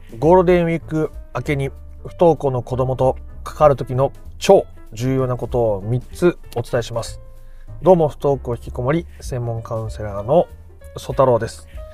ゴールデンウィーク明けに不登校の子どもと関わる時の超重要なことを3つお伝えします。どうも不登校引きこもり専門カウンセラーの曽太郎です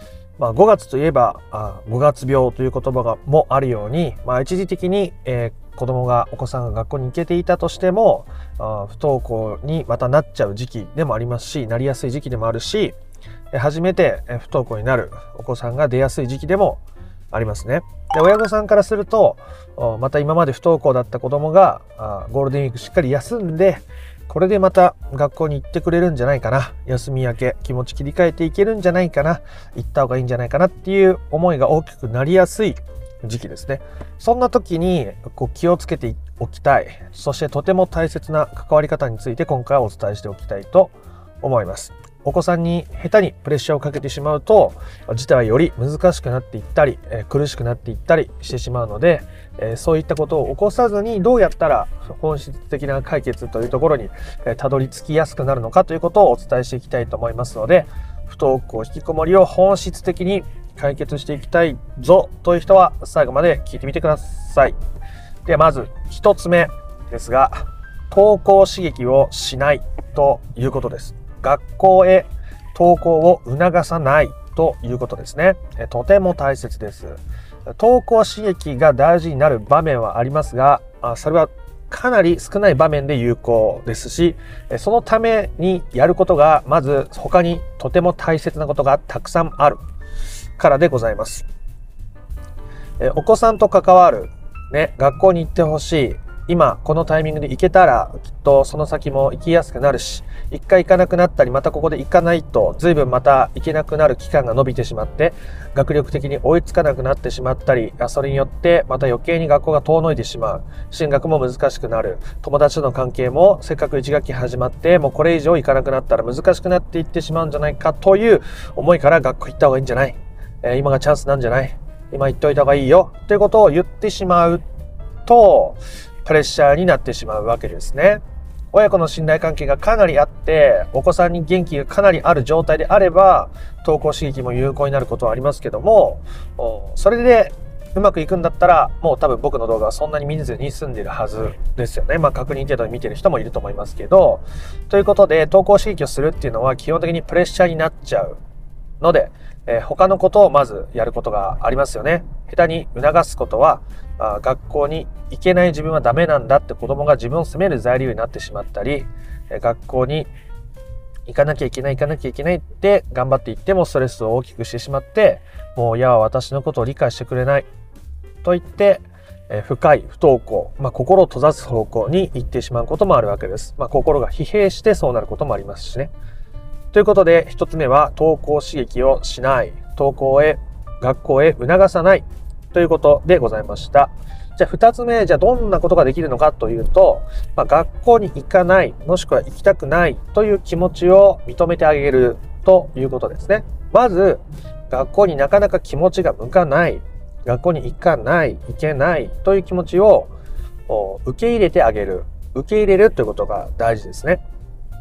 。5月といえば5月病という言葉もあるように、一時的に、お子さんが学校に行けていたとしても不登校にまたなっちゃう時期でもありますし、なりやすい時期でもあるし、初めて不登校になるお子さんが出やすい時期でもありますね。で、親御さんからするとまた今まで不登校だった子どもがゴールデンウィークしっかり休んで、これでまた学校に行ってくれるんじゃないかな、休み明け気持ち切り替えていけるんじゃないかな、行った方がいいんじゃないかなっていう思いが大きくなりやすい時期ですね。そんな時に気をつけておきたい、そしてとても大切な関わり方について今回はお伝えしておきたいと思います。お子さんに下手にプレッシャーをかけてしまうと事態はより難しくなっていったり苦しくなっていったりしてしまうので、そういったことを起こさずにどうやったら本質的な解決というところにたどり着きやすくなるのかということをお伝えしていきたいと思いますので、不登校引きこもりを本質的に解決していきたいぞという人は最後まで聞いてみてください。ではまず一つ目ですが、登校刺激をしないということです。学校へ登校を促さないということですね。とても大切です。登校刺激が大事になる場面はありますが、それはかなり少ない場面で有効ですし、そのためにやることがまず他にとても大切なことがたくさんあるからでございます。お子さんと関わる、学校に行ってほしい、今このタイミングで行けたらきっとその先も行きやすくなるし、一回行かなくなったりまたここで行かないと随分また行けなくなる期間が延びてしまって学力的に追いつかなくなってしまったり、それによってまた余計に学校が遠のいてしまう、進学も難しくなる、友達との関係もせっかく1学期始まってもうこれ以上行かなくなったら難しくなっていってしまうんじゃないかという思いから学校行った方がいいんじゃない、今がチャンスなんじゃない、今行っといた方がいいよということを言ってしまうとプレッシャーになってしまうわけですね。親子の信頼関係がかなりあってお子さんに元気がかなりある状態であれば登校刺激も有効になることはありますけども、それでうまくいくんだったらもう多分僕の動画はそんなに見ずに済んでいるはずですよね。確認程度に見てる人もいると思いますけど、ということで登校刺激をするっていうのは基本的にプレッシャーになっちゃうので、他のことをまずやることがありますよね。下手に促すことは学校に行けない自分はダメなんだって子供が自分を責める材料になってしまったり、学校に行かなきゃいけないって頑張っていってもストレスを大きくしてしまって、もう親は私のことを理解してくれないと言って、深い不登校、心を閉ざす方向に行ってしまうこともあるわけです。心が疲弊してそうなることもありますしね。ということで一つ目は登校刺激をしない、学校へ促さないということでございました。じゃあ2つ目、どんなことができるのかというと、学校に行かない、もしくは行きたくないという気持ちを認めてあげるということですね。まず学校になかなか気持ちが向かない、学校に行かない、行けないという気持ちを受け入れてあげる、受け入れるということが大事ですね。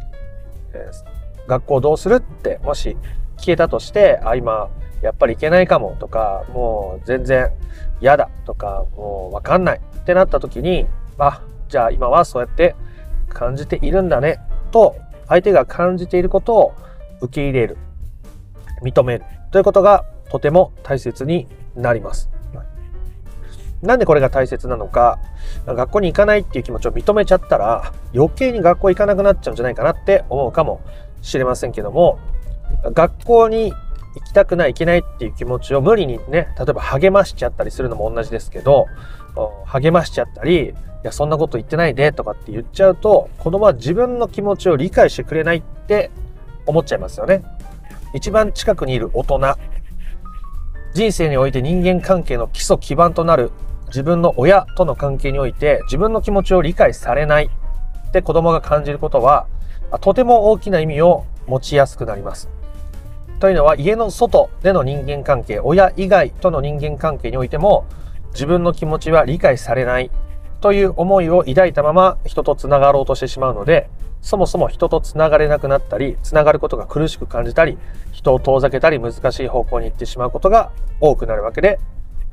学校どうするってもし聞けたとして、今やっぱり行けないかもとか、もう全然嫌だとか、もう分かんないってなった時に、じゃあ今はそうやって感じているんだねと相手が感じていることを受け入れる、認めるということがとても大切になります。なんでこれが大切なのか、学校に行かないっていう気持ちを認めちゃったら余計に学校行かなくなっちゃうんじゃないかなって思うかもしれませんけども、学校に行きたくない、行けないっていう気持ちを無理に例えば励ましちゃったりするのも同じですけど、励ましちゃったり、いやそんなこと言ってないでとかって言っちゃうと子供は自分の気持ちを理解してくれないって思っちゃいますよね。一番近くにいる大人、人生において人間関係の基礎基盤となる自分の親との関係において自分の気持ちを理解されないって子供が感じることはとても大きな意味を持ちやすくなります。というのは家の外での人間関係、親以外との人間関係においても自分の気持ちは理解されないという思いを抱いたまま人とつながろうとしてしまうので、そもそも人とつながれなくなったり、つながることが苦しく感じたり、人を遠ざけたり難しい方向に行ってしまうことが多くなるわけで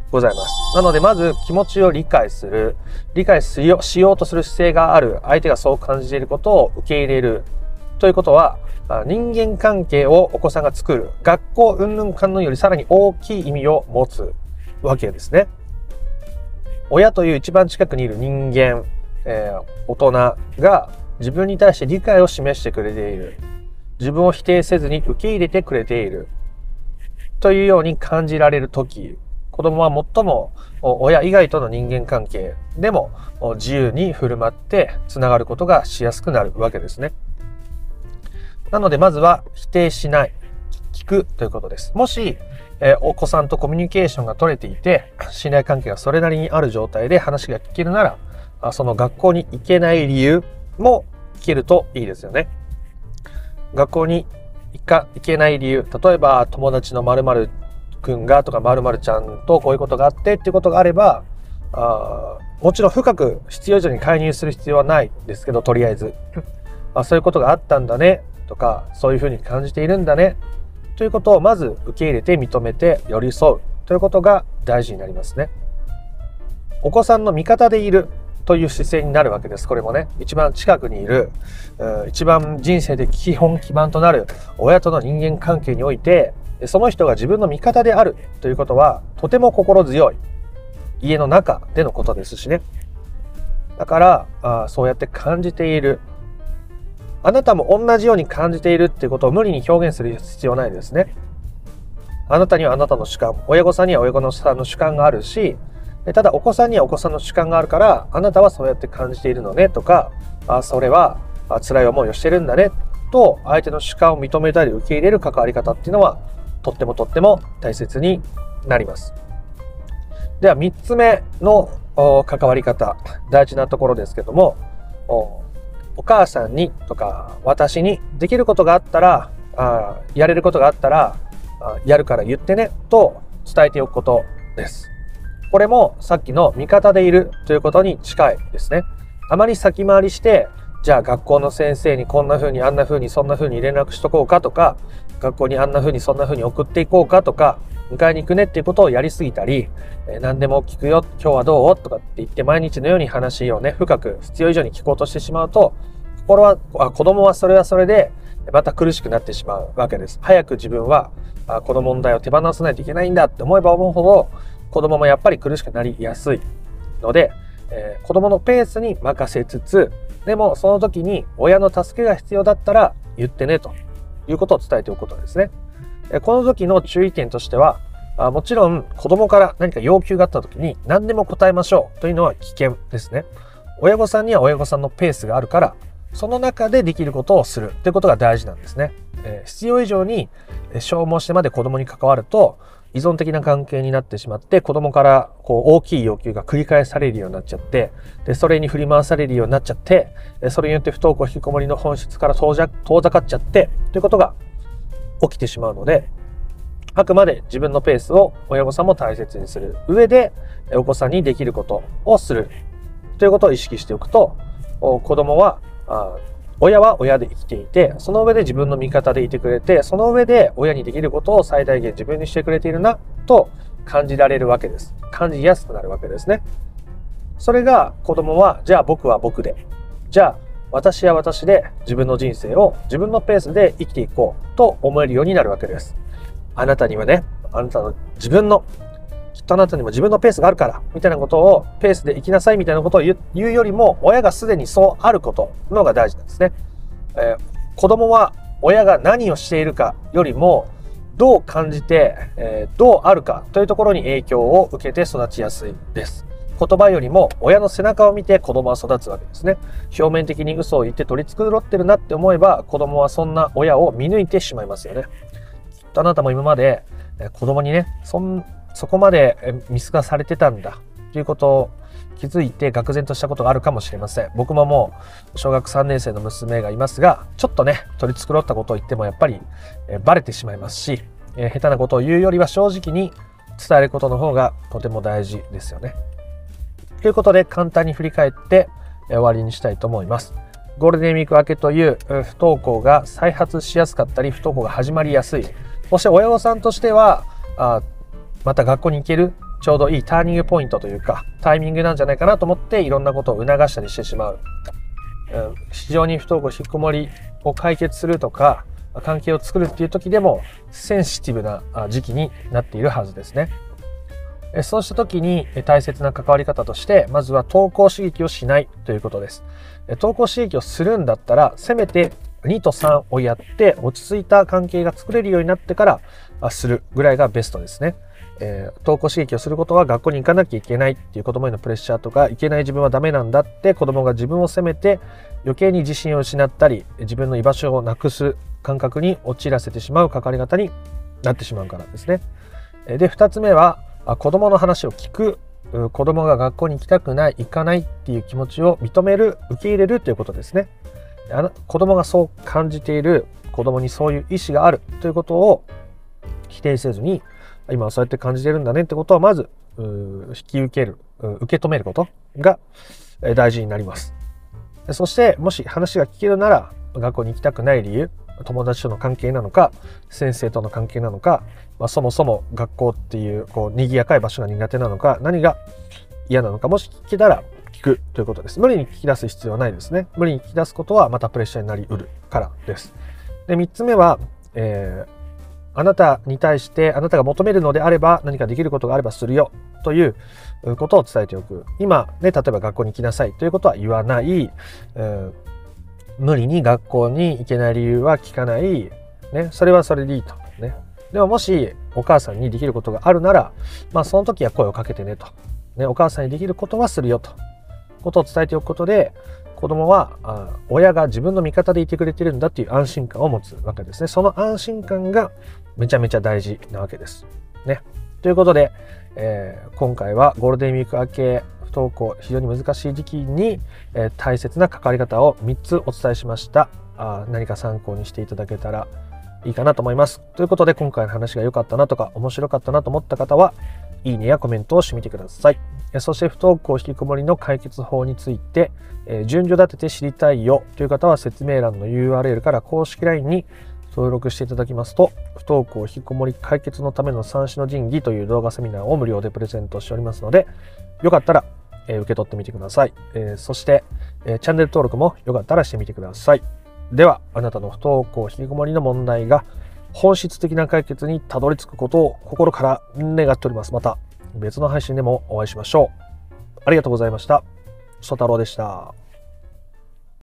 ございます。なのでまず気持ちを理解しようとする姿勢がある、相手がそう感じていることを受け入れるということは、人間関係をお子さんが作る、学校云々観のよりさらに大きい意味を持つわけですね。親という一番近くにいる人間、大人が自分に対して理解を示してくれている。自分を否定せずに受け入れてくれている。というように感じられるとき、子供は最も親以外との人間関係でも自由に振る舞ってつながることがしやすくなるわけですね。なのでまずは否定しない、聞くということです。もし、お子さんとコミュニケーションが取れていて、信頼関係がそれなりにある状態で話が聞けるなら、その学校に行けない理由も聞けるといいですよね。学校に行けない理由、例えば友達の〇〇くんがとか〇〇ちゃんとこういうことがあってっていうことがあれば、もちろん深く必要以上に介入する必要はないですけど、とりあえずそういうことがあったんだねとか、そういうふうに感じているんだねということをまず受け入れて認めて寄り添うということが大事になりますね。お子さんの味方でいるという姿勢になるわけです。これもね、一番近くにいる、一番人生で基盤となる親との人間関係において、その人が自分の味方であるということはとても心強い家の中でのことですしね。だからそうやって感じている、あなたも同じように感じているっていうことを無理に表現する必要ないですね。あなたにはあなたの主観、親御さんには親御さんの主観があるし、ただお子さんにはお子さんの主観があるから、あなたはそうやって感じているのねとか、それは辛い思いをしてるんだねと相手の主観を認めたり受け入れる関わり方っていうのはとっても大切になります。では3つ目の関わり方、大事なところですけども、お母さんにとか私にできることがあったら、やれることがあったらやるから言ってねと伝えておくことです。これもさっきの味方でいるということに近いですね。あまり先回りして、じゃあ学校の先生にこんな風にあんな風にそんな風に連絡しとこうかとか、学校にあんな風にそんな風に送っていこうかとか、迎えに行くねっていうことをやりすぎたり、何でも聞くよ、今日はどうとかって言って毎日のように話をね、深く必要以上に聞こうとしてしまうと、子供はそれはそれでまた苦しくなってしまうわけです。早く自分はこの問題を手放さないといけないんだって思えば思うほど、子供もやっぱり苦しくなりやすいので、子供のペースに任せつつ、でもその時に親の助けが必要だったら言ってねということを伝えておくことですね。この時の注意点としては、もちろん子供から何か要求があった時に何でも答えましょうというのは危険ですね。親御さんには親御さんのペースがあるから、その中でできることをするということが大事なんですね。必要以上に消耗してまで子供に関わると依存的な関係になってしまって、子供から大きい要求が繰り返されるようになっちゃって、でそれに振り回されるようになっちゃって、それによって不登校引きこもりの本質から遠ざかっちゃってということが起きてしまうので、あくまで自分のペースを親御さんも大切にする上で、お子さんにできることをするということを意識しておくと、子供は親は親で生きていて、その上で自分の味方でいてくれて、その上で親にできることを最大限自分にしてくれているなと感じられるわけです。感じやすくなるわけですね。それが子供は、じゃあ僕は僕で、じゃあ私は私で自分の人生を自分のペースで生きていこうと思えるようになるわけです。あなたにはね、あなたのきっとあなたにも自分のペースがあるからみたいなことを、ペースで生きなさいみたいなことを言うよりも、親がすでにそうあることのが大事なんですね。子供は親が何をしているかよりもどう感じて、どうあるかというところに影響を受けて育ちやすいです。言葉よりも親の背中を見て子供は育つわけですね。表面的に嘘を言って取り繕ってるなって思えば、子供はそんな親を見抜いてしまいますよね。きっとあなたも今まで子供にね、そこまで見透かされてたんだということを気づいて愕然としたことがあるかもしれません。僕ももう小学3年生の娘がいますが、ちょっとね取り繕ったことを言ってもやっぱりバレてしまいますし、下手なことを言うよりは正直に伝えることの方がとても大事ですよね。ということで簡単に振り返って終わりにしたいと思います。ゴールデンウィーク明けという不登校が再発しやすかったり、不登校が始まりやすい、そして親御さんとしてはまた学校に行けるちょうどいいターニングポイントというかタイミングなんじゃないかなと思っていろんなことを促したりしてしまう。非常に不登校引きこもりを解決するとか関係を作るっていう時でもセンシティブな時期になっているはずですね。そうした時に大切な関わり方としてまずは登校刺激をしないということです。登校刺激をするんだったらせめて2と3をやって落ち着いた関係が作れるようになってからするぐらいがベストですね。登校刺激をすることは学校に行かなきゃいけないっていう子供へのプレッシャーとか、いけない自分はダメなんだって子供が自分を責めて余計に自信を失ったり自分の居場所をなくす感覚に陥らせてしまう関わり方になってしまうからですね。で2つ目は子供の話を聞く。子供が学校に行きたくない、行かないっていう気持ちを認める、受け入れるということですね。子供がそう感じている、子供にそういう意思があるということを否定せずに、今はそうやって感じてるんだねってことをまず引き受ける、受け止めることが大事になります。そしてもし話が聞けるなら、学校に行きたくない理由、友達との関係なのか先生との関係なのか、そもそも学校っていう賑やかい場所が苦手なのか、何が嫌なのか、もし聞けたら聞くということです。無理に聞き出す必要はないですね。無理に聞き出すことはまたプレッシャーになりうるからです。で3つ目は、あなたに対してあなたが求めるのであれば何かできることがあればするよということを伝えておく。今ね、例えば学校に行きなさいということは言わない、無理に学校に行けない理由は聞かない、ね、それはそれでいいと、ね。でももしお母さんにできることがあるなら、その時は声をかけてねと、ね、お母さんにできることはするよとことを伝えておくことで、子供は親が自分の味方でいてくれてるんだっていう安心感を持つわけですね。その安心感がめちゃめちゃ大事なわけです。ね。ということで、今回はゴールデンウィーク明け不登校非常に難しい時期に、大切な関わり方を3つお伝えしました。何か参考にしていただけたらいいかなと思います。ということで今回の話が良かったなとか面白かったなと思った方はいいねやコメントをしてみてください。そして不登校引きこもりの解決法について、順序立てて知りたいよという方は説明欄の URL から公式 LINE に登録していただきますと、不登校引きこもり解決のための三種の神器という動画セミナーを無料でプレゼントしておりますので、よかったら、受け取ってみてください。そして、チャンネル登録もよかったらしてみてください。では、あなたの不登校引きこもりの問題が本質的な解決にたどり着くことを心から願っております。また別の配信でもお会いしましょう。ありがとうございました。そたろうでした。